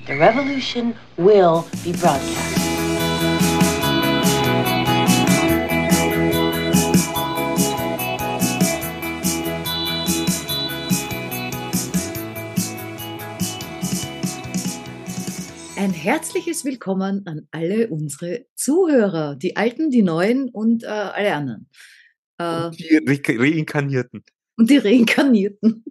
The revolution will be broadcast. Ein herzliches Willkommen an alle unsere Zuhörer, die Alten, die Neuen und alle anderen. Und die Reinkarnierten. Und die Reinkarnierten.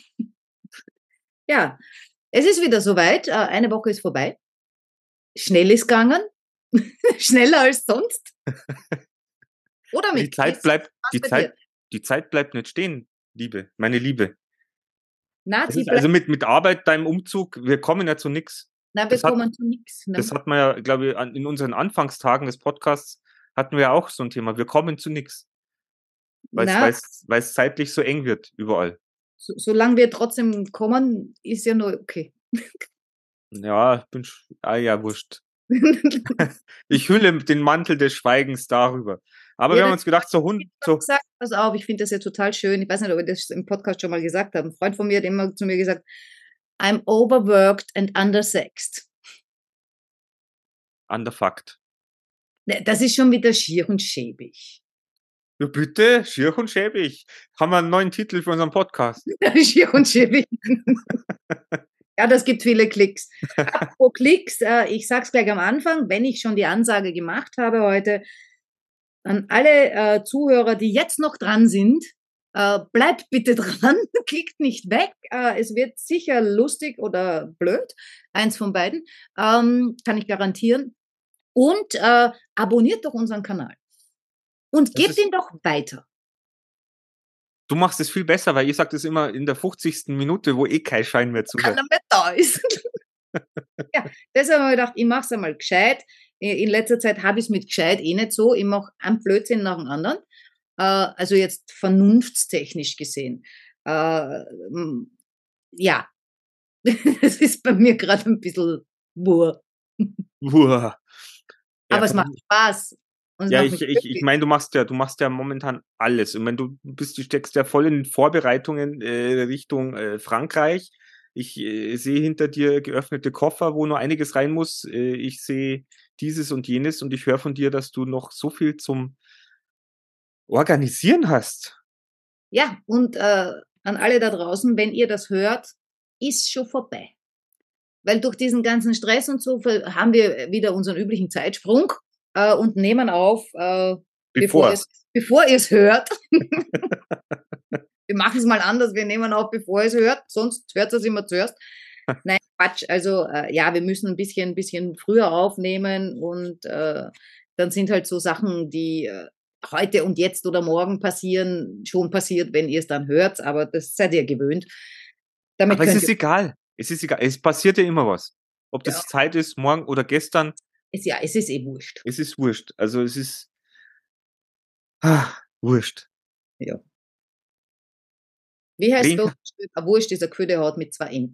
Ja, es ist wieder soweit. Eine Woche ist vorbei. Schnell ist gegangen. Schneller als sonst. Oder mit Die Zeit bleibt nicht stehen, meine Liebe. Na, Also mit Arbeit, deinem Umzug, wir kommen ja zu nichts. Nein, wir kommen zu nichts. Ne? Das hat man ja, glaube ich, in unseren Anfangstagen des Podcasts hatten wir ja auch so ein Thema. Wir kommen zu nichts. Weil es zeitlich so eng wird, überall. Solange wir trotzdem kommen, ist ja nur okay. Ja, wurscht. Ich hülle den Mantel des Schweigens darüber. Aber wir haben uns gedacht, Pass auf, ich finde das ja total schön. Ich weiß nicht, ob ich das im Podcast schon mal gesagt habe. Ein Freund von mir hat immer zu mir gesagt, I'm overworked and undersexed. Underfucked. Das ist schon wieder schier und schäbig. Ja, bitte, schier und schäbig. Haben wir einen neuen Titel für unseren Podcast? Schier und schäbig. Ja, das gibt viele Klicks. Apropos Klicks, ich sag's gleich am Anfang, wenn ich schon die Ansage gemacht habe heute, an alle Zuhörer, die jetzt noch dran sind, bleibt bitte dran, klickt nicht weg. Es wird sicher lustig oder blöd, eins von beiden, kann ich garantieren. Und abonniert doch unseren Kanal. Und gebt ihn doch weiter. Du machst es viel besser, weil ich sage das immer in der 50. Minute, wo kein Schein mehr zuhört. Keiner mehr da ist. Ja, deshalb habe ich gedacht, ich mache es einmal gescheit. In letzter Zeit habe ich es mit gescheit nicht so. Ich mache einen Blödsinn nach dem anderen. Also jetzt vernunftstechnisch gesehen. Ja, das ist bei mir gerade ein bisschen Wur. Aber es macht Spaß. Ja, ich meine, du machst ja momentan alles. Ich meine, du steckst ja voll in Vorbereitungen Richtung Frankreich. Ich sehe hinter dir geöffnete Koffer, wo nur einiges rein muss. Ich sehe dieses und jenes und ich höre von dir, dass du noch so viel zum Organisieren hast. Ja, und an alle da draußen, wenn ihr das hört, ist schon vorbei. Weil durch diesen ganzen Stress und so haben wir wieder unseren üblichen Zeitsprung und nehmen auf, bevor ihr es hört. Wir machen es mal anders, wir nehmen auf, bevor ihr es hört, sonst hört es immer zuerst. Nein, Quatsch, also ja, wir müssen ein bisschen früher aufnehmen und dann sind halt so Sachen, die heute und jetzt oder morgen passieren, schon passiert, wenn ihr es dann hört, aber das seid ihr gewöhnt. Aber es ist egal. Es passiert ja immer was. Ob das Zeit ist, morgen oder gestern. Es ist wurscht. Es ist wurscht. Also es ist wurscht. Ja. Wie heißt das? Wurscht ist eine Köderhaut mit 2 End.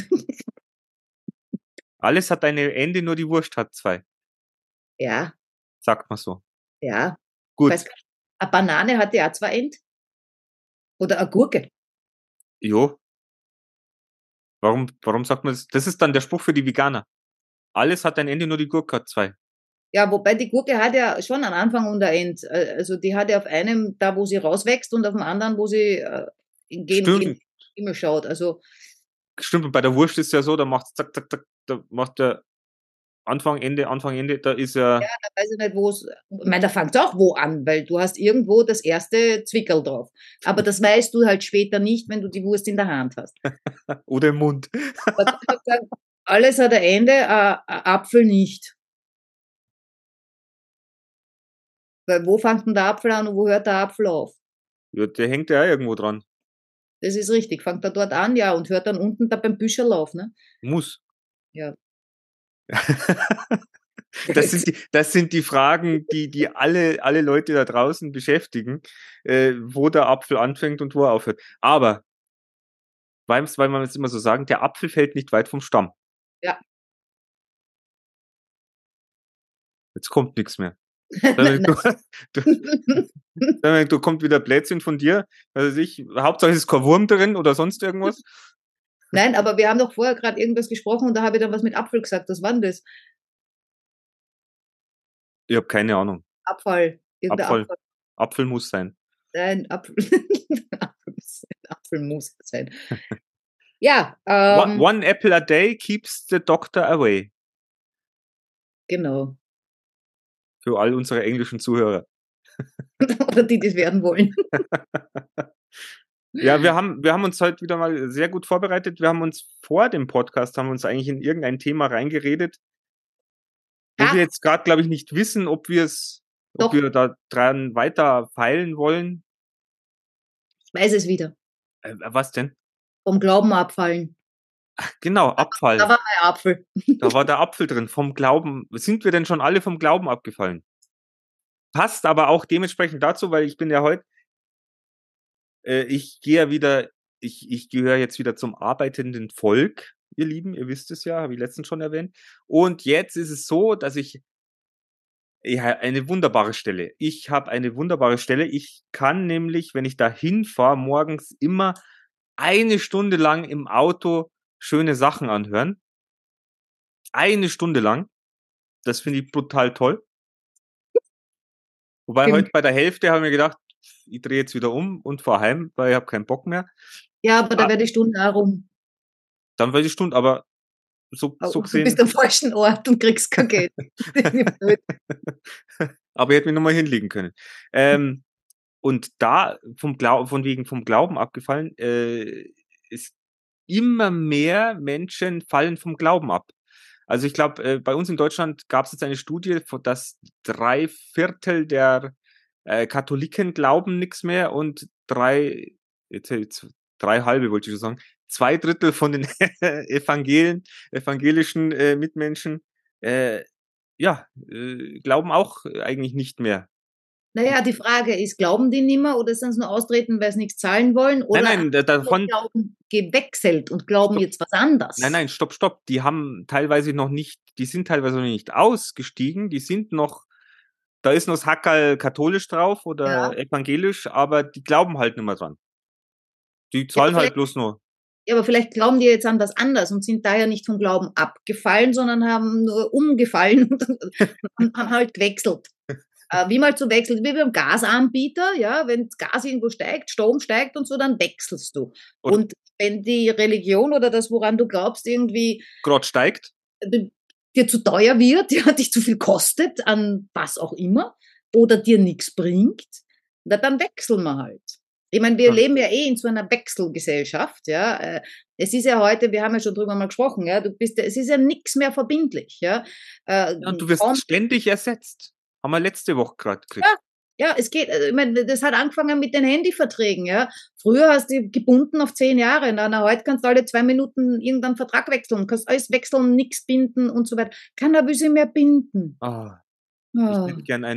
Alles hat ein Ende, nur die Wurst hat 2. Ja. Sagt man so. Ja. Gut. Eine Banane hat ja auch 2 End. Oder eine Gurke. Jo. Warum sagt man das? Das ist dann der Spruch für die Veganer. Alles hat ein Ende, nur die Gurke hat 2. Ja, wobei die Gurke hat ja schon einen Anfang und ein End. Also die hat ja auf einem, da wo sie rauswächst und auf dem anderen, wo sie in immer schaut. Also stimmt, und bei der Wurst ist ja so, da macht es zack, zack, zack, da macht der Anfang, Ende, da ist ja... Ja, da weiß ich nicht, wo es... Ich meine, da fängt es auch wo an, weil du hast irgendwo das erste Zwickerl drauf. Aber das weißt du halt später nicht, wenn du die Wurst in der Hand hast. Oder im Mund. Alles hat ein Ende, ein Apfel nicht. Weil wo fängt denn der Apfel an und wo hört der Apfel auf? Ja, der hängt ja irgendwo dran. Das ist richtig. Fängt er dort an, ja, und hört dann unten da beim Büscherl auf, ne? Muss. Ja. Das sind die Fragen, die alle Leute da draußen beschäftigen, wo der Apfel anfängt und wo er aufhört. Aber, weil man jetzt immer so sagen, der Apfel fällt nicht weit vom Stamm. Ja. Jetzt kommt nichts mehr. Du kommt wieder Blödsinn von dir. Also Hauptsache es ist kein Wurm drin oder sonst irgendwas. Nein, aber wir haben doch vorher gerade irgendwas gesprochen und da habe ich dann was mit Apfel gesagt. Was war denn das? Ich habe keine Ahnung. Abfall. Irgendein Abfall. Abfall. Apfel muss sein. Nein, Apfel. Apfel muss sein. Ja, One apple a day keeps the doctor away. Genau. Für all unsere englischen Zuhörer. Oder die das werden wollen. Ja, wir haben uns heute wieder mal sehr gut vorbereitet. Wir haben uns vor dem Podcast eigentlich in irgendein Thema reingeredet, wo wir jetzt gerade, glaube ich, nicht wissen, ob wir da dran weiter feilen wollen. Ich weiß es wieder. Was denn? Vom Glauben abfallen. Genau, Abfall. Da war mein Apfel. Da war der Apfel drin. Vom Glauben. Sind wir denn schon alle vom Glauben abgefallen? Passt aber auch dementsprechend dazu, weil ich bin ja heute, ich gehöre jetzt wieder zum arbeitenden Volk, ihr Lieben, ihr wisst es ja, habe ich letztens schon erwähnt. Und jetzt ist es so, dass ich habe eine wunderbare Stelle. Ich habe eine wunderbare Stelle. Ich kann nämlich, wenn ich da hinfahre, morgens immer 1 Stunde lang im Auto schöne Sachen anhören. 1 Stunde lang. Das finde ich brutal toll. Wobei heute bei der Hälfte habe ich mir gedacht, ich drehe jetzt wieder um und fahre heim, weil ich habe keinen Bock mehr. Ja, aber da wäre die Stunde auch rum. Dann wäre die Stunde, aber so gesehen. Du bist am falschen Ort und kriegst kein Geld. Aber ich hätte mich nochmal hinlegen können. Und da vom Glauben abgefallen, ist immer mehr Menschen fallen vom Glauben ab. Also ich glaube, bei uns in Deutschland gab es jetzt eine Studie, dass 3/4 der Katholiken glauben nichts mehr und 3 halbe wollte ich schon sagen, 2/3 von den evangelischen Mitmenschen glauben auch eigentlich nicht mehr. Naja, die Frage ist, glauben die nicht mehr oder sind sie nur austreten, weil sie nichts zahlen wollen? Oder Nein, davon Glauben gewechselt und glauben jetzt was anderes? Nein, stopp. Die sind teilweise noch nicht ausgestiegen, da ist noch das Hackerl katholisch drauf oder evangelisch, aber die glauben halt nicht mehr dran. Die zahlen halt bloß nur. Ja, aber vielleicht glauben die jetzt an was anderes und sind daher nicht vom Glauben abgefallen, sondern haben nur umgefallen und haben halt gewechselt. Wie mal zu wechseln, wie beim Gasanbieter, ja, wenn das Gas irgendwo steigt, Strom steigt und so, dann wechselst du. Und wenn die Religion oder das, woran du glaubst, irgendwie gerade steigt, dir zu teuer wird, ja, dich zu viel kostet an was auch immer oder dir nichts bringt, dann wechseln wir halt. Ich meine, wir leben ja in so einer Wechselgesellschaft, ja. Es ist ja heute, wir haben ja schon drüber mal gesprochen, ja, es ist ja nichts mehr verbindlich, ja. Und du wirst ständig ersetzt. Haben wir letzte Woche gerade gekriegt. Ja, es geht, ich meine, das hat angefangen mit den Handyverträgen, ja. Früher hast du gebunden auf 10 Jahre, heute kannst du alle 2 Minuten irgendeinen Vertrag wechseln, kannst alles wechseln, nichts binden und so weiter. Kann ein bisschen mehr binden. Ich hätte gern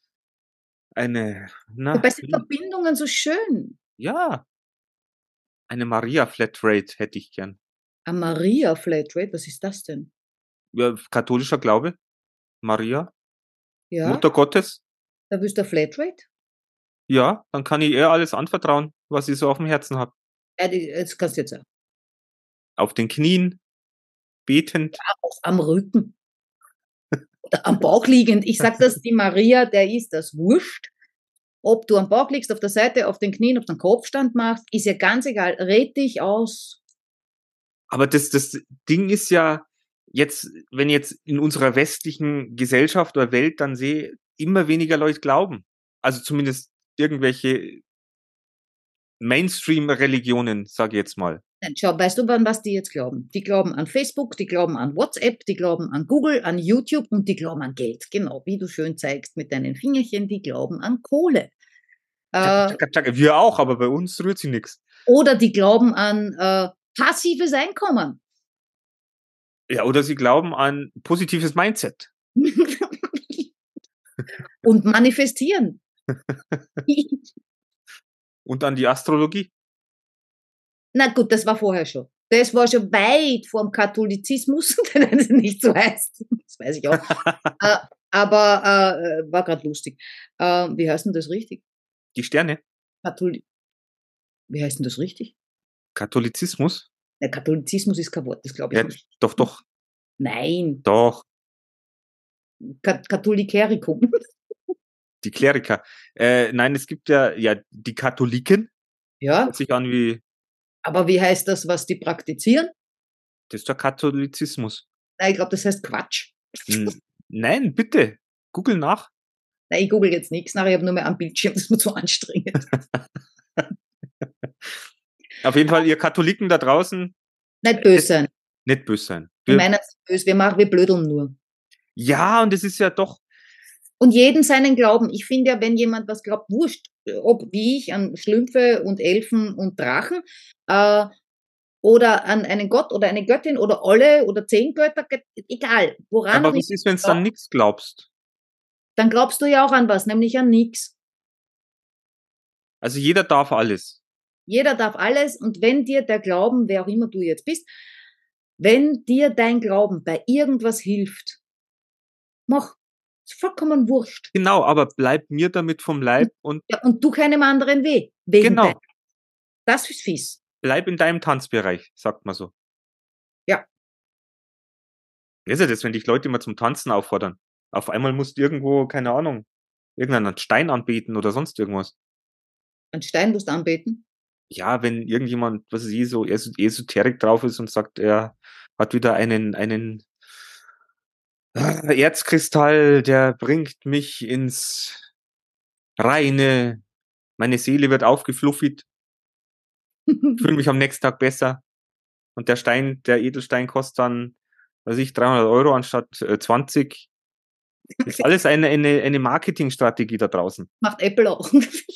Dabei sind Verbindungen so schön. Ja. Eine Maria-Flatrate hätte ich gern. Eine Maria-Flatrate? Was ist das denn? Ja, katholischer Glaube. Maria. Ja. Mutter Gottes. Da willst du eine Flatrate? Ja, dann kann ich ihr alles anvertrauen, was ich so auf dem Herzen habe. Das kannst du jetzt auch. Auf den Knien, betend. Ja, auch am Rücken. Oder am Bauch liegend. Ich sag das, die Maria, der ist das wurscht. Ob du am Bauch liegst, auf der Seite, auf den Knien, auf den Kopfstand machst, ist ja ganz egal. Red dich aus. Aber das Ding ist ja, wenn jetzt in unserer westlichen Gesellschaft oder Welt dann sehe, immer weniger Leute glauben. Also zumindest irgendwelche Mainstream-Religionen, sage ich jetzt mal. Nein, schau, weißt du, an was die jetzt glauben? Die glauben an Facebook, die glauben an WhatsApp, die glauben an Google, an YouTube und die glauben an Geld. Genau, wie du schön zeigst mit deinen Fingerchen, die glauben an Kohle. Wir auch, aber bei uns rührt sie nichts. Oder die glauben an passives Einkommen. Ja, oder sie glauben an positives Mindset. Und manifestieren. Und an die Astrologie. Na gut, das war vorher schon. Das war schon weit vorm Katholizismus, wenn es nicht so heißt. Das weiß ich auch. Aber war gerade lustig. Wie heißt denn das richtig? Die Sterne. Wie heißt denn das richtig? Katholizismus. Der Katholizismus ist kein Wort, das glaube ich Ja, nicht. doch. Nein, Doch, Katholikerikum. die Kleriker. Nein, es gibt ja die Katholiken. Ja, Hört sich an wie, aber wie heißt das, was die praktizieren? das ist der Katholizismus. Nein, ich glaube, das heißt Quatsch. Nein, bitte. Google nach. Nein, ich google jetzt nichts nach, ich habe nur mehr am Bildschirm, das ist mir zu anstrengend. Auf jeden Fall, ihr Katholiken da draußen, Nicht böse sein. nicht böse sein. Ich meine es böse, wir blödeln nur. Ja, und es ist ja doch, Und jeden seinen Glauben. Ich finde ja, wenn jemand was glaubt, wurscht, ob wie ich an Schlümpfe und Elfen und Drachen, oder an einen Gott oder eine Göttin oder alle oder 10 Götter, egal, woran aber auch was immer ist, wenn du du dann glaubst, nichts glaubst? dann glaubst du ja auch an was, nämlich an nichts. Also jeder darf alles. Jeder darf alles und wenn dir der Glauben, wer auch immer du jetzt bist, wenn dir dein Glauben bei irgendwas hilft, mach. Ist vollkommen wurscht. Genau, aber bleib mir damit vom Leib und Ja, und du keinem anderen weh. Wegen deinem. genau, Das ist fies. bleib in deinem Tanzbereich, sagt man so. Ja. Das ist ja das, wenn dich Leute immer zum Tanzen auffordern. Auf einmal musst du irgendwo, keine Ahnung, irgendeinen Stein anbeten oder sonst irgendwas. Ein Stein musst du anbeten. Ja, wenn irgendjemand, was weiß ich, so Esoterik drauf ist und sagt, er hat wieder einen Erzkristall, der bringt mich ins Reine, meine Seele wird aufgefluffigt, fühle mich am nächsten Tag besser und der Edelstein kostet dann, weiß ich, 300 Euro anstatt 20. Ist alles eine Marketingstrategie da draußen. Macht Apple auch.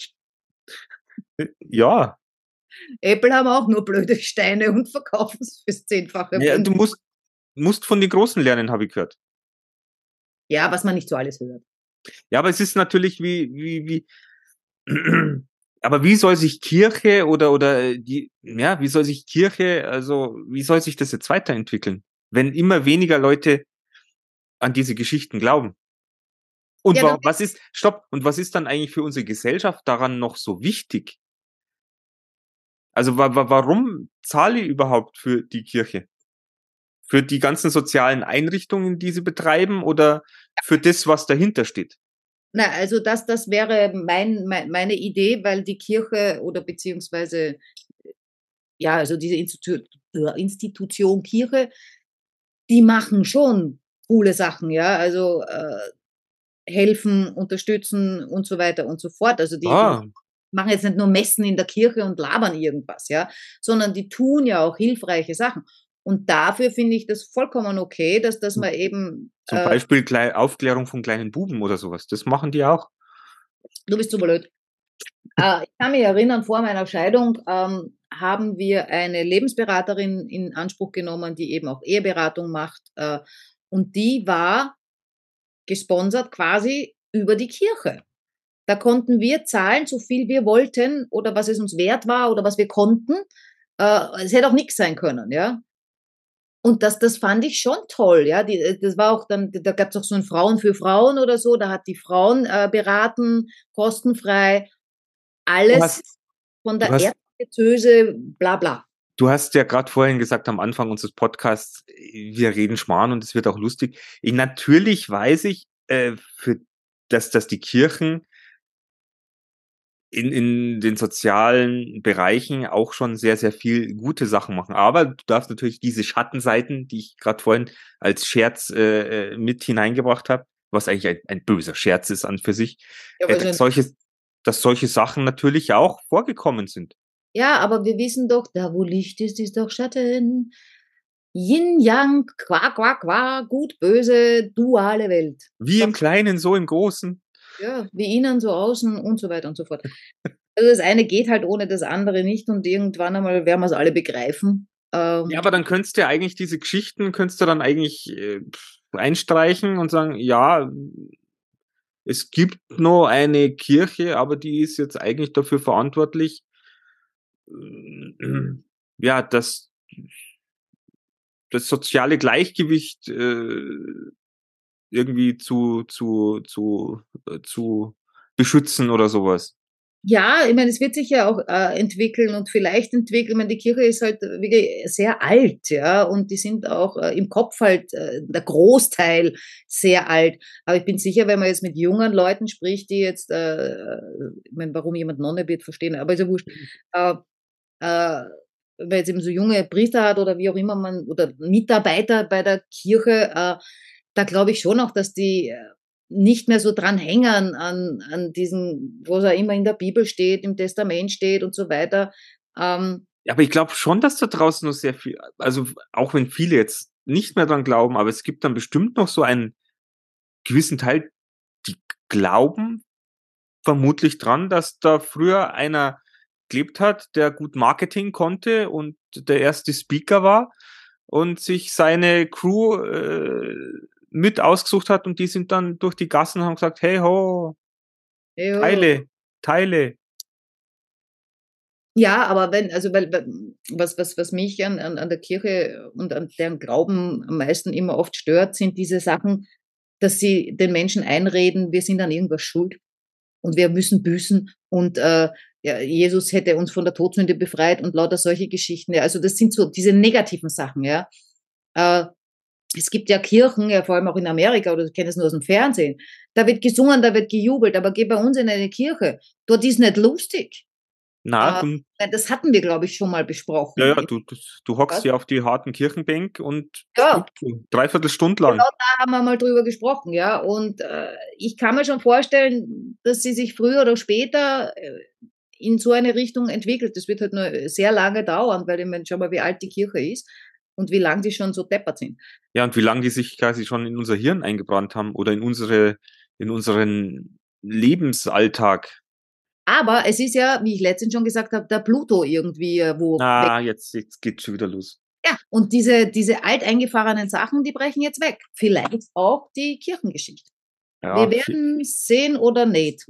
Ja, Apple haben auch nur blöde Steine und verkaufen es fürs Zehnfache. ja, du musst von den Großen lernen, habe ich gehört. Ja, was man nicht so alles hört. Ja, aber es ist natürlich wie, aber wie soll sich Kirche wie soll sich Kirche, also wie soll sich das jetzt weiterentwickeln, wenn immer weniger Leute an diese Geschichten glauben? Und Ja, was ist dann eigentlich für unsere Gesellschaft daran noch so wichtig? Also warum zahle ich überhaupt für die Kirche? Für die ganzen sozialen Einrichtungen, die sie betreiben oder für das, was dahinter steht? na, also das wäre meine Idee, weil die Kirche oder beziehungsweise, ja, also diese Institution Kirche, die machen schon coole Sachen, ja, also helfen, unterstützen und so weiter und so fort. Also die Ah, machen jetzt nicht nur Messen in der Kirche und labern irgendwas, ja, sondern die tun ja auch hilfreiche Sachen. Und dafür finde ich das vollkommen okay, dass man eben, zum Beispiel Aufklärung von kleinen Buben oder sowas. Das machen die auch. du bist so blöd. Ich kann mich erinnern, vor meiner Scheidung haben wir eine Lebensberaterin in Anspruch genommen, die eben auch Eheberatung macht. Und die war gesponsert quasi über die Kirche. Da konnten wir zahlen, so viel wir wollten oder was es uns wert war oder was wir konnten. Es hätte auch nichts sein können, ja. Und das fand ich schon toll, ja. Das war auch dann, da gab es auch so ein Frauen für Frauen oder so, da hat die Frauen beraten, kostenfrei, Du alles hast, von du der hast, Erzgebirge, bla bla. du hast ja gerade vorhin gesagt am Anfang unseres Podcasts, wir reden Schmarrn und es wird auch lustig. Natürlich weiß ich, dass die Kirchen in den sozialen Bereichen auch schon sehr, sehr viel gute Sachen machen. Aber du darfst natürlich diese Schattenseiten, die ich gerade vorhin als Scherz mit hineingebracht habe, was eigentlich ein böser Scherz ist an für sich, Ja, dass solche Sachen natürlich auch vorgekommen sind. ja, aber wir wissen doch, da wo Licht ist doch Schatten. Yin, Yang, Qua, Qua, Qua, gut, böse, duale Welt. Wie im Kleinen, so im Großen. Ja, wie innen, so außen und so weiter und so fort. Also das eine geht halt ohne das andere nicht und irgendwann einmal werden wir es alle begreifen. Ja, aber dann könntest du ja eigentlich diese Geschichten, könntest du dann eigentlich einstreichen und sagen, ja, es gibt noch eine Kirche, aber die ist jetzt eigentlich dafür verantwortlich, ja, dass das soziale Gleichgewicht irgendwie zu beschützen oder sowas. Ja, ich meine, es wird sich ja auch entwickeln und vielleicht entwickeln. Ich meine, die Kirche ist halt wirklich sehr alt, ja, und die sind auch im Kopf halt der Großteil sehr alt. Aber ich bin sicher, wenn man jetzt mit jungen Leuten spricht, die jetzt, ich meine, warum jemand Nonne wird, verstehen, aber ist ja wurscht. Äh, äh, wenn man jetzt eben so junge Priester hat oder wie auch immer man, oder Mitarbeiter bei der Kirche, da glaube ich schon auch, dass die nicht mehr so dran hängen an diesen, wo es ja immer in der Bibel steht, im Testament steht und so weiter. Ja, aber ich glaube schon, dass da draußen noch sehr viel, also auch wenn viele jetzt nicht mehr dran glauben, aber es gibt dann bestimmt noch so einen gewissen Teil, die glauben vermutlich dran, dass da früher einer gelebt hat, der gut Marketing konnte und der erste Speaker war und sich seine Crew mit ausgesucht hat und die sind dann durch die Gassen und haben gesagt, hey ho, Ja, Teile, Teile. ja, aber wenn, also was mich an der Kirche und an deren Glauben am meisten immer oft stört, sind diese Sachen, dass sie den Menschen einreden, wir sind an irgendwas schuld und wir müssen büßen und ja, Jesus hätte uns von der Todsünde befreit und lauter solche Geschichten. Ja, also das sind so diese negativen Sachen, ja. Äh, Es gibt ja Kirchen, ja vor allem auch in Amerika, oder ich kenne es nur aus dem Fernsehen, da wird gesungen, da wird gejubelt, aber geh bei uns in eine Kirche, dort ist nicht lustig. Na, Äh, du, Das hatten wir, glaube ich, schon mal ja, besprochen. ja, du hockst Was? hier auf die harten Kirchenbänk und Ja, gut, so dreiviertel Stunde genau lang. da haben wir mal drüber gesprochen, ja. Und ich kann mir schon vorstellen, dass sie sich früher oder später in so eine Richtung entwickelt. Das wird halt nur sehr lange dauern, weil ich meine, schau mal, wie alt die Kirche ist und wie lange die schon so deppert sind. Ja, und wie lange die sich quasi schon in unser Hirn eingebrannt haben oder in unseren Lebensalltag. Aber es ist ja, wie ich letztens schon gesagt habe, der Pluto irgendwie wo weg. Ah, jetzt geht's schon wieder los. Ja, und diese alteingefahrenen Sachen, die brechen jetzt weg. Vielleicht auch die Kirchengeschichte. Wir Ja, werden sehen oder nicht.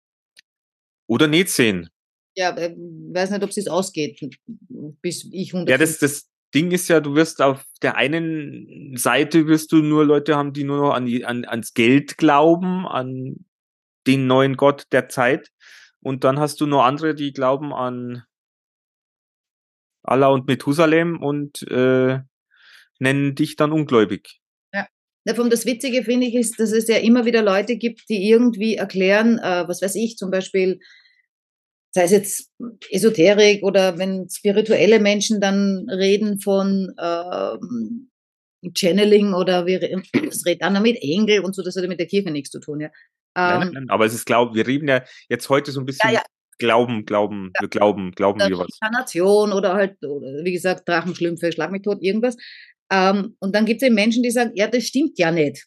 oder nicht sehen. Ja, weiß nicht, ob es ausgeht, bis ich Ja, 105. das Ding ist ja, du wirst auf der einen Seite wirst du nur Leute haben, die nur noch ans Geld glauben, an den neuen Gott der Zeit. Und dann hast du nur andere, die glauben an Allah und Methusalem und nennen dich dann ungläubig. Ja. Davon das Witzige finde ich ist, dass es ja immer wieder Leute gibt, die irgendwie erklären, was weiß ich, zum Beispiel, sei es jetzt Esoterik oder wenn spirituelle Menschen dann reden von Channeling oder es redet einer mit Engel und so, das hat ja mit der Kirche nichts zu tun, ja. Nein, nein, Ähm, nein, aber es ist wir reden ja jetzt heute so ein ja, bisschen ja, glauben der wir was. Reinkarnation oder halt, oder wie gesagt, Drachenschlümpfe, Schlag mich tot, irgendwas. Und dann gibt es eben Menschen, die sagen, ja, das stimmt ja nicht.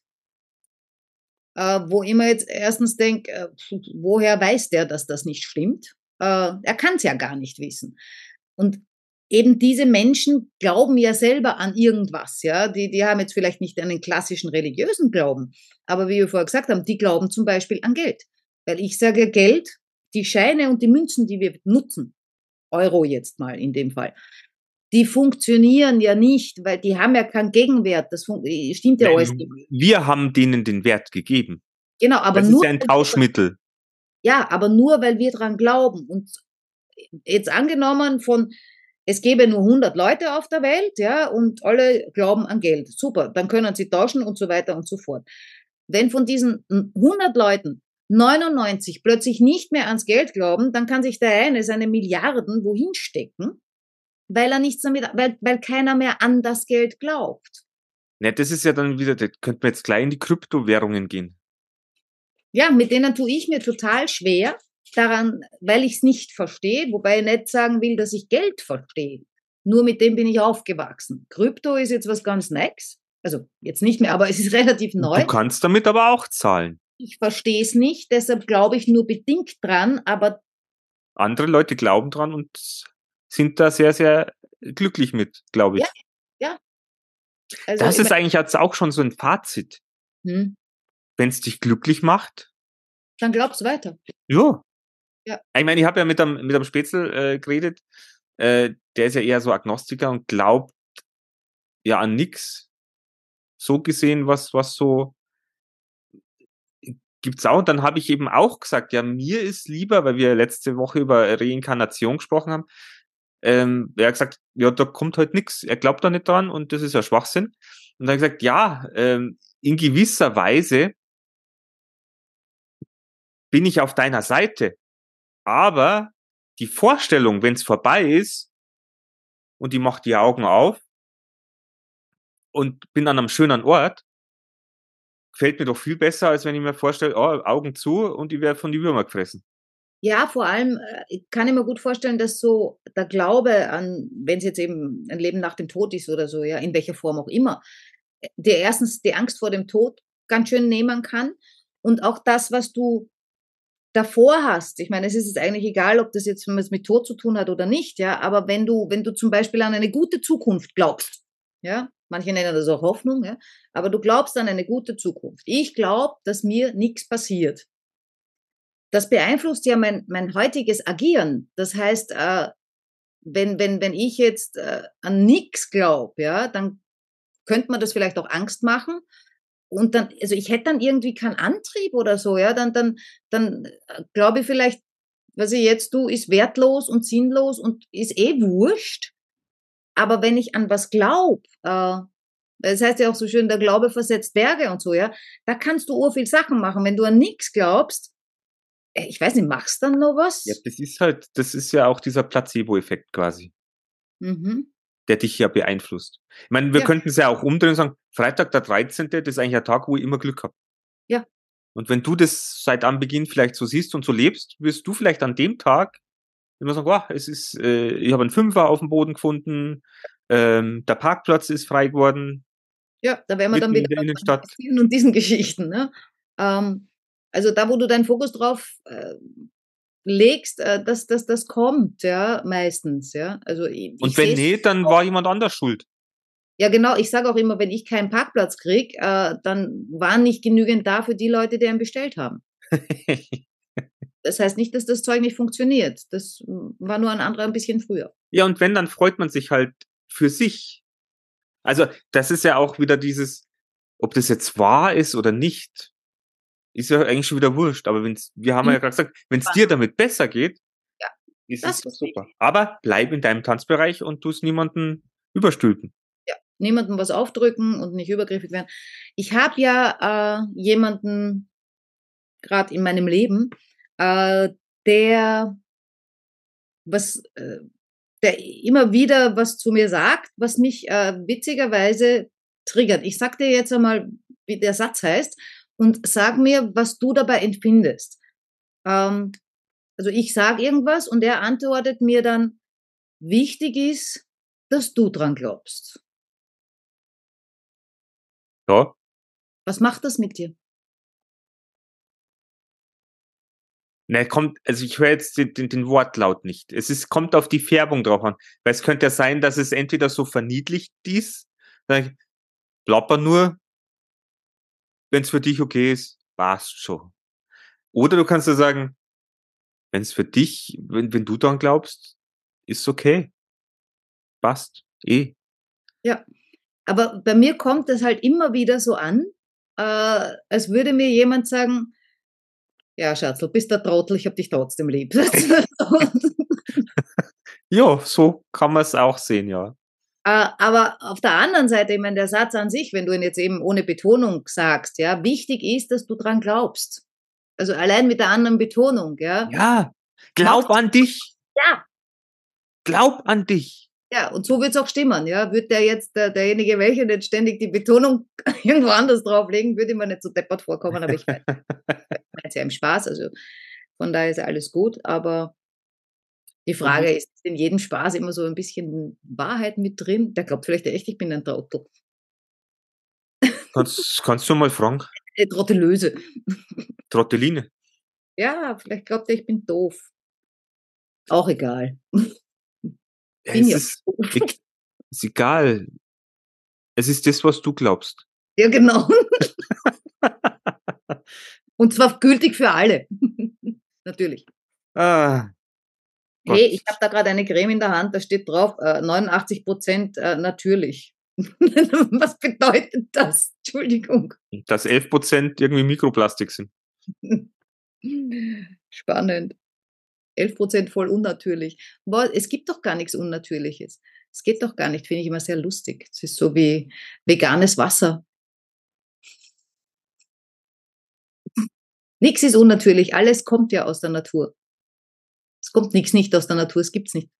Wo ich mir jetzt erstens denke, woher weiß der, dass das nicht stimmt? Er kann es ja gar nicht wissen. Und eben diese Menschen glauben ja selber an irgendwas, ja. Die haben jetzt vielleicht nicht einen klassischen religiösen Glauben, aber wie wir vorher gesagt haben, die glauben zum Beispiel an Geld. Weil ich sage Geld, die Scheine und die Münzen, die wir nutzen, Euro jetzt mal in dem Fall, die funktionieren ja nicht, weil die haben ja keinen Gegenwert. Das stimmt ja alles nicht. Nein, wir haben denen den Wert gegeben. Genau, aber Das ist nur, ja ein Tauschmittel. ja, aber nur, weil wir dran glauben. Und jetzt angenommen von, es gäbe nur 100 Leute auf der Welt, ja, und alle glauben an Geld. Super, dann können sie tauschen und so weiter und so fort. Wenn von diesen 100 Leuten 99 plötzlich nicht mehr ans Geld glauben, dann kann sich der eine seine Milliarden wohin stecken, weil er nichts damit, weil keiner mehr an das Geld glaubt. Ne, das ist ja dann wieder, da könnten wir jetzt gleich in die Kryptowährungen gehen. Ja, mit denen tue ich mir total schwer daran, weil ich es nicht verstehe, wobei ich nicht sagen will, dass ich Geld verstehe. Nur mit dem bin ich aufgewachsen. Krypto ist jetzt was ganz Neues. Also jetzt nicht mehr, aber es ist relativ Du neu. kannst damit aber auch zahlen. Ich verstehe es nicht, deshalb glaube ich nur bedingt dran, aber Andere Leute glauben dran und sind da sehr, sehr glücklich mit, glaube ja, ich. ja. Also Das ich ist meine, eigentlich jetzt auch schon so ein Fazit. Wenn es dich glücklich macht, dann glaub's weiter. ja. Ja. Ich meine, ich habe ja mit dem Spätzl geredet. Der ist ja eher so Agnostiker und glaubt ja an nix. So gesehen, was so gibt's auch. Und dann habe ich eben auch gesagt, ja, mir ist lieber, weil wir letzte Woche über Reinkarnation gesprochen haben, er hat gesagt, ja, da kommt halt nichts. Er glaubt da nicht dran und das ist ja Schwachsinn. Und dann habe ich gesagt, ja, in gewisser Weise bin ich auf deiner Seite. Aber die Vorstellung, wenn es vorbei ist und ich mache die Augen auf und bin an einem schönen Ort, gefällt mir doch viel besser, als wenn ich mir vorstelle, oh, Augen zu und ich werde von die Würmer gefressen. Ja, vor allem kann ich mir gut vorstellen, dass so der Glaube an, wenn es jetzt eben ein Leben nach dem Tod ist oder so, ja, in welcher Form auch immer, dir erstens die Angst vor dem Tod ganz schön nehmen kann und auch das, was du davor hast. Ich meine, es ist jetzt eigentlich egal, ob das jetzt was mit Tod zu tun hat oder nicht, ja, aber wenn du zum Beispiel an eine gute Zukunft glaubst, ja, manche nennen das auch Hoffnung, ja, aber du glaubst an eine gute Zukunft. Ich glaube, dass mir nichts passiert. Das beeinflusst ja mein heutiges Agieren. Das heißt, wenn ich jetzt an nichts glaube, ja, dann könnte man das vielleicht auch Angst machen. Und dann, also ich hätte dann irgendwie keinen Antrieb oder so, ja, dann glaube ich vielleicht, was ich jetzt tue, ist wertlos und sinnlos und ist wurscht. Aber wenn ich an was glaube, das heißt ja auch so schön, der Glaube versetzt Berge und so, ja, da kannst du urviel Sachen machen. Wenn du an nichts glaubst, ich weiß nicht, machst dann noch was? Ja, das ist ja auch dieser Placebo-Effekt quasi, der dich ja beeinflusst. Ich meine, wir könnten es ja auch umdrehen und sagen, Freitag der 13., das ist eigentlich ein Tag, wo ich immer Glück habe. Ja. Und wenn du das seit Anbeginn vielleicht so siehst und so lebst, wirst du vielleicht an dem Tag immer sagen, wow, ich habe einen Fünfer auf dem Boden gefunden, der Parkplatz ist frei geworden. Ja, da wären wir dann wieder in der Innenstadt. Und diesen Geschichten, ne? Also da, wo du deinen Fokus drauf legst, dass das kommt, ja, meistens, ja. Also und wenn nicht, dann war jemand anders schuld. Ja, genau. Ich sage auch immer, wenn ich keinen Parkplatz kriege, dann war nicht genügend da für die Leute, die einen bestellt haben. Das heißt nicht, dass das Zeug nicht funktioniert. Das war nur ein anderer ein bisschen früher. Ja, und wenn, dann freut man sich halt für sich. Also das ist ja auch wieder dieses, ob das jetzt wahr ist oder nicht, ist ja eigentlich schon wieder wurscht. Aber wir haben ja gerade gesagt, wenn es dir damit besser geht, ja, ist es super. Aber bleib in deinem Tanzbereich und tu es niemanden überstülpen. Ja, niemandem was aufdrücken und nicht übergriffig werden. Ich habe ja jemanden gerade in meinem Leben, der immer wieder was zu mir sagt, was mich witzigerweise triggert. Ich sag dir jetzt einmal, wie der Satz heißt, und sag mir, was du dabei empfindest. Also ich sage irgendwas und er antwortet mir dann, wichtig ist, dass du dran glaubst. Ja. Was macht das mit dir? Ne, also ich höre jetzt den Wortlaut nicht. Kommt auf die Färbung drauf an. Weil es könnte ja sein, dass es entweder so verniedlicht ist, plapper nur, wenn es für dich okay ist, passt schon. Oder du kannst ja sagen, wenn es für dich, wenn du dran glaubst, ist okay. Passt. Ja, aber bei mir kommt das halt immer wieder so an, als würde mir jemand sagen, ja, Schatz, du bist der Trottel, ich hab dich trotzdem lieb. Ja, so kann man es auch sehen, ja. Aber auf der anderen Seite, ich meine, der Satz an sich, wenn du ihn jetzt eben ohne Betonung sagst, ja, wichtig ist, dass du dran glaubst. Also allein mit der anderen Betonung, ja. Ja, glaub an dich. Ja. Glaub an dich. Ja, und so wird's auch stimmen, ja. Wird der jetzt, derjenige, welcher nicht ständig die Betonung irgendwo anders drauflegen, würde mir nicht so deppert vorkommen, aber ich meine es ja im Spaß, also von daher ist ja alles gut, aber die Frage ist in jedem Spaß immer so ein bisschen Wahrheit mit drin? Der glaubt vielleicht echt, ich bin ein Trottel. Kannst du mal fragen? Trottelöse. Trotteline. Ja, vielleicht glaubt er, ich bin doof. Auch egal. Ja, ist egal. Es ist das, was du glaubst. Ja, genau. Und zwar gültig für alle. Natürlich. Hey, ich habe da gerade eine Creme in der Hand, da steht drauf 89% natürlich. Was bedeutet das? Entschuldigung. Dass 11% irgendwie Mikroplastik sind. Spannend. 11% voll unnatürlich. Boah, es gibt doch gar nichts Unnatürliches. Es geht doch gar nicht, finde ich immer sehr lustig. Es ist so wie veganes Wasser. Nichts ist unnatürlich, alles kommt ja aus der Natur. Es kommt nichts nicht aus der Natur, es gibt's nicht.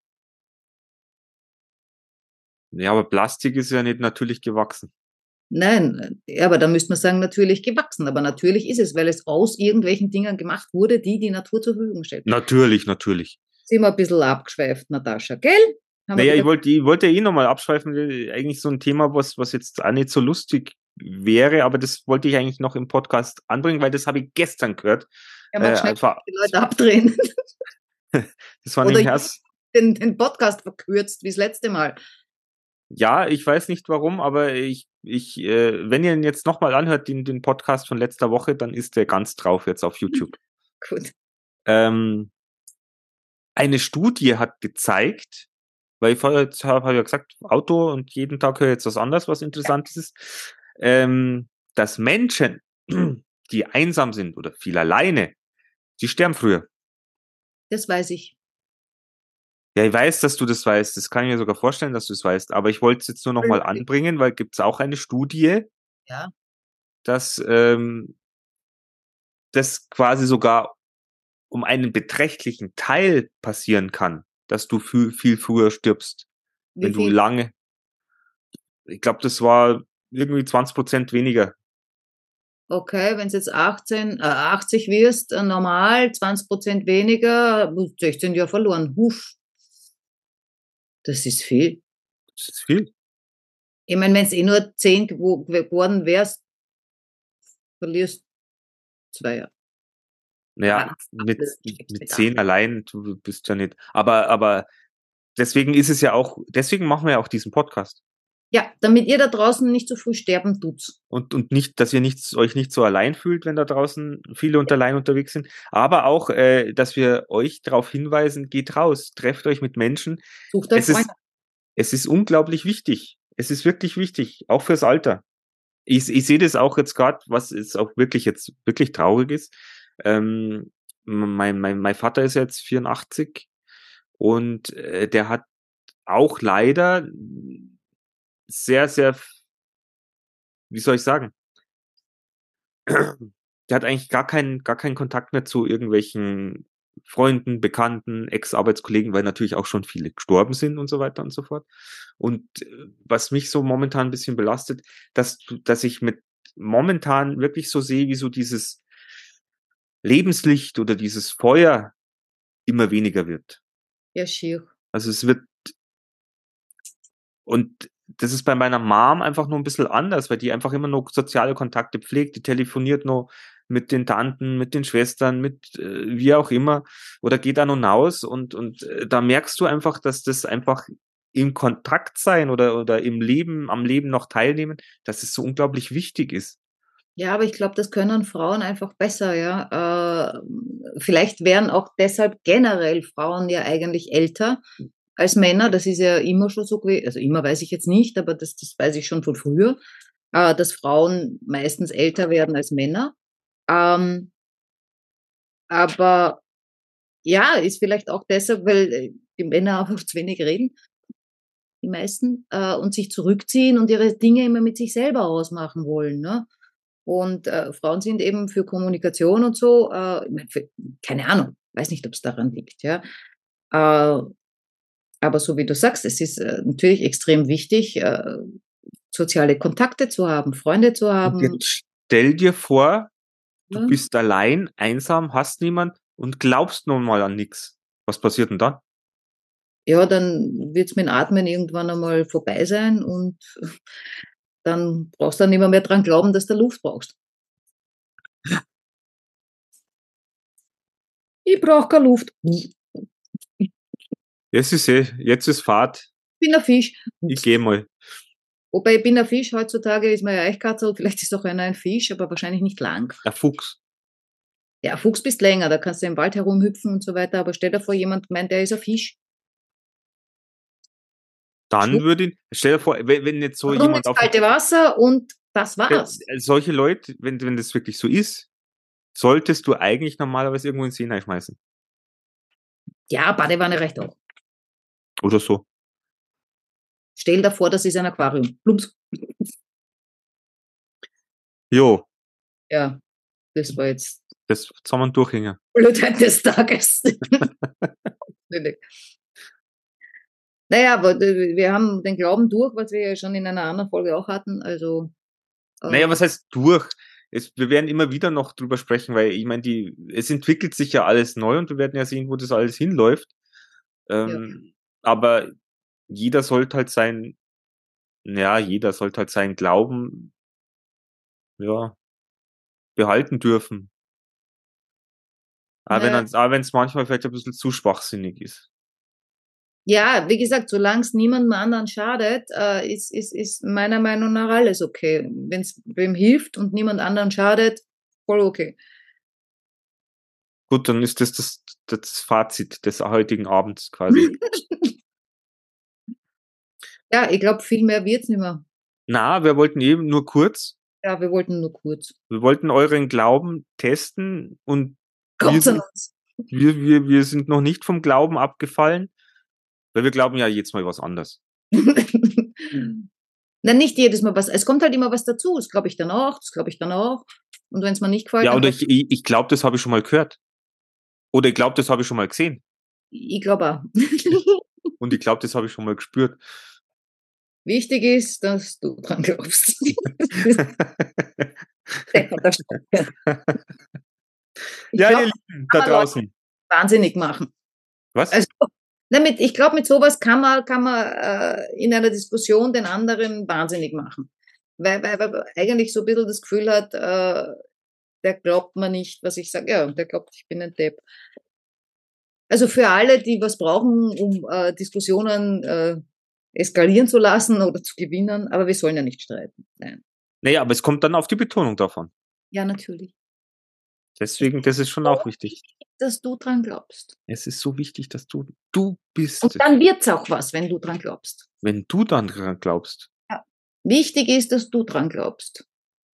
Ja, aber Plastik ist ja nicht natürlich gewachsen. Nein, aber da müsste man sagen, natürlich gewachsen. Aber natürlich ist es, weil es aus irgendwelchen Dingen gemacht wurde, die die Natur zur Verfügung stellt. Natürlich. Sind wir ein bisschen abgeschweift, Natascha, gell? Naja, ich wollte ja nochmal abschweifen, eigentlich so ein Thema, was jetzt auch nicht so lustig wäre, aber das wollte ich eigentlich noch im Podcast anbringen, weil das habe ich gestern gehört. Ja, mach schnell die Leute abdrehen. Das war Oder nämlich den Podcast verkürzt, wie das letzte Mal. Ja, ich weiß nicht warum, aber wenn ihr ihn jetzt nochmal anhört, den Podcast von letzter Woche, dann ist der ganz drauf jetzt auf YouTube. Gut. Eine Studie hat gezeigt, weil ich vorher habe ja gesagt, Auto und jeden Tag höre ich jetzt was anderes, was Interessantes ist, dass Menschen, die einsam sind oder viel alleine, die sterben früher. Das weiß ich. Ja, ich weiß, dass du das weißt. Das kann ich mir sogar vorstellen, dass du es weißt. Aber ich wollte es jetzt nur noch mal anbringen, weil gibt es auch eine Studie, Ja. dass das quasi sogar um einen beträchtlichen Teil passieren kann, dass du viel früher stirbst, wenn du lange. Ich glaube, das war irgendwie 20% weniger. Okay, wenn es jetzt 80 wirst, normal, 20% weniger, 16 Jahre verloren. Huff. Das ist viel. Das ist viel. Ich meine, wenn es nur 10 geworden wärst, verlierst 2 Jahre. Naja, mit 10 allein, du bist ja nicht. Aber deswegen ist es ja auch, deswegen machen wir ja auch diesen Podcast. Ja, damit ihr da draußen nicht so früh sterben tut's. Und nicht, dass ihr euch nicht so allein fühlt, wenn da draußen viele allein unterwegs sind. Aber auch, dass wir euch darauf hinweisen, geht raus, trefft euch mit Menschen. Sucht euch Freunde. Es ist unglaublich wichtig. Es ist wirklich wichtig, auch fürs Alter. Ich sehe das auch jetzt gerade, was jetzt auch wirklich traurig ist. Mein Vater ist jetzt 84 und der hat auch leider sehr, sehr, wie soll ich sagen, der hat eigentlich gar keinen Kontakt mehr zu irgendwelchen Freunden, Bekannten, Ex-Arbeitskollegen, weil natürlich auch schon viele gestorben sind und so weiter und so fort. Und was mich so momentan ein bisschen belastet, dass ich momentan wirklich so sehe, wie so dieses Lebenslicht oder dieses Feuer immer weniger wird. Ja, schier. Also es wird, und das ist bei meiner Mom einfach nur ein bisschen anders, weil die einfach immer noch soziale Kontakte pflegt, die telefoniert noch mit den Tanten, mit den Schwestern, mit wie auch immer, oder geht da noch raus und da merkst du einfach, dass das einfach im Kontakt sein oder am Leben noch teilnehmen, dass es so unglaublich wichtig ist. Ja, aber ich glaube, das können Frauen einfach besser, ja. Vielleicht wären auch deshalb generell Frauen ja eigentlich älter als Männer. Das ist ja immer schon so gewesen. Also immer weiß ich jetzt nicht, aber das weiß ich schon von früher, dass Frauen meistens älter werden als Männer. Aber ja, ist vielleicht auch deshalb, weil die Männer einfach zu wenig reden, die meisten, und sich zurückziehen und ihre Dinge immer mit sich selber ausmachen wollen, ne? Und Frauen sind eben für Kommunikation und so, ich meine, keine Ahnung, weiß nicht, ob es daran liegt, ja. Aber so wie du sagst, es ist natürlich extrem wichtig, soziale Kontakte zu haben, Freunde zu Und haben. jetzt stell dir vor, du Ja. bist allein, einsam, hast niemand und glaubst nun mal an nichts. Was passiert denn dann? Ja, dann wird's mit dem Atmen irgendwann einmal vorbei sein und dann brauchst du dann nicht mehr dran glauben, dass du Luft brauchst. Ich brauche keine Luft. Jetzt ist Fahrt. Ich bin ein Fisch. Ich gehe mal. Wobei ich bin ein Fisch, heutzutage ist man ja Eichkatzel, vielleicht ist auch einer ein Fisch, aber wahrscheinlich nicht lang. Der Fuchs. Ja, Fuchs bist länger, da kannst du im Wald herumhüpfen und so weiter, aber stell dir vor, jemand meint, der ist ein Fisch. Dann stell dir vor, wenn jetzt so Rund jemand ins kalte Wasser und das war's. solche Leute, wenn das wirklich so ist, solltest du eigentlich normalerweise irgendwo in den See reinschmeißen. Ja, Badewanne reicht auch. Oder so. Stell dir vor, das ist ein Aquarium. Plumps. Jo. Ja, das war jetzt. Das soll man durchhängen. Blödheit des Tages. Naja, aber wir haben den Glauben durch, was wir ja schon in einer anderen Folge auch hatten. Also. Naja, was heißt durch? Wir werden immer wieder noch drüber sprechen, weil ich meine, es entwickelt sich ja alles neu und wir werden ja sehen, wo das alles hinläuft. Aber jeder sollte halt seinen Glauben behalten dürfen. Aber wenn es manchmal vielleicht ein bisschen zu schwachsinnig ist. Ja, wie gesagt, solange es niemandem anderen schadet, ist meiner Meinung nach alles okay. Wenn es wem hilft und niemand anderen schadet, voll okay. Gut, dann ist das Fazit des heutigen Abends quasi. Ja, ich glaube, viel mehr wird's nicht mehr. Na, wir wollten eben nur kurz. Ja, wir wollten nur kurz. Wir wollten euren Glauben testen und wir sind noch nicht vom Glauben abgefallen, weil wir glauben ja jetzt mal was anderes. Na, nicht jedes Mal was. Es kommt halt immer was dazu. Das glaube ich dann auch. Und wenn es mir nicht gefällt. Ja, oder ich glaube, das habe ich schon mal gehört. Oder ich glaube, das habe ich schon mal gesehen. Ich glaube auch. Und ich glaube, das habe ich schon mal gespürt. Wichtig ist, dass du dran glaubst. Ja, ihr Lieben da draußen. Wahnsinnig machen. Was? Also, ich glaube, mit sowas kann man in einer Diskussion den anderen wahnsinnig machen. Weil eigentlich so ein bisschen das Gefühl hat, der glaubt mir nicht, was ich sage. Ja, der glaubt, ich bin ein Depp. Also für alle, die was brauchen, um Diskussionen eskalieren zu lassen oder zu gewinnen, aber wir sollen ja nicht streiten. Nein. Naja, aber es kommt dann auf die Betonung davon. Ja, natürlich. Deswegen, das ist schon auch wichtig. Dass du dran glaubst. Es ist so wichtig, dass du bist. Und dann wird's auch was, wenn du dran glaubst. Wenn du dann dran glaubst. Ja. Wichtig ist, dass du dran glaubst.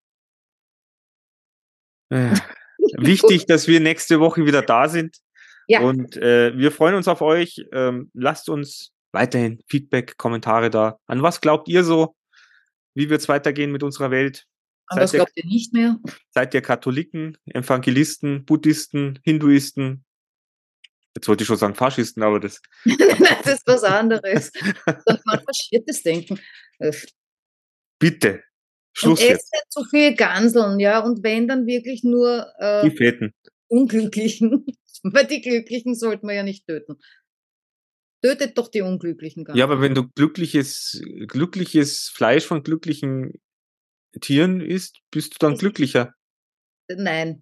Wichtig, dass wir nächste Woche wieder da sind. Ja. Und wir freuen uns auf euch. Lasst uns weiterhin Feedback, Kommentare da. An was glaubt ihr so? Wie wird's weitergehen mit unserer Welt? An was glaubt ihr nicht mehr? Seid ihr Katholiken, Evangelisten, Buddhisten, Hinduisten? Jetzt wollte ich schon sagen Faschisten, aber das... das ist was anderes. Das man faschiertes Denken. Bitte, Schluss und jetzt. Esst nicht zu viel Ganseln, ja, und wenn dann wirklich nur die Fetten. Unglücklichen, weil die Glücklichen sollten wir ja nicht töten. Tötet doch die Unglücklichen gar nicht. Ja, aber wenn du glückliches Fleisch von glücklichen Tieren isst, bist du dann glücklicher? Nein.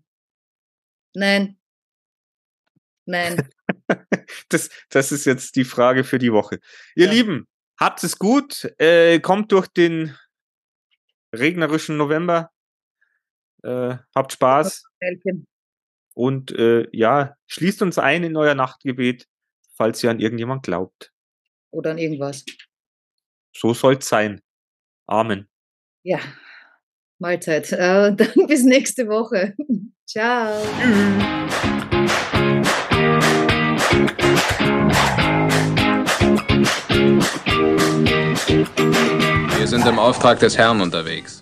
Das ist jetzt die Frage für die Woche. Ihr Lieben, habt es gut, kommt durch den regnerischen November, habt Spaß und schließt uns ein in euer Nachtgebet, falls ihr an irgendjemand glaubt. Oder an irgendwas. So soll's sein. Amen. Ja, Mahlzeit. Dann bis nächste Woche. Ciao. Wir sind im Auftrag des Herrn unterwegs.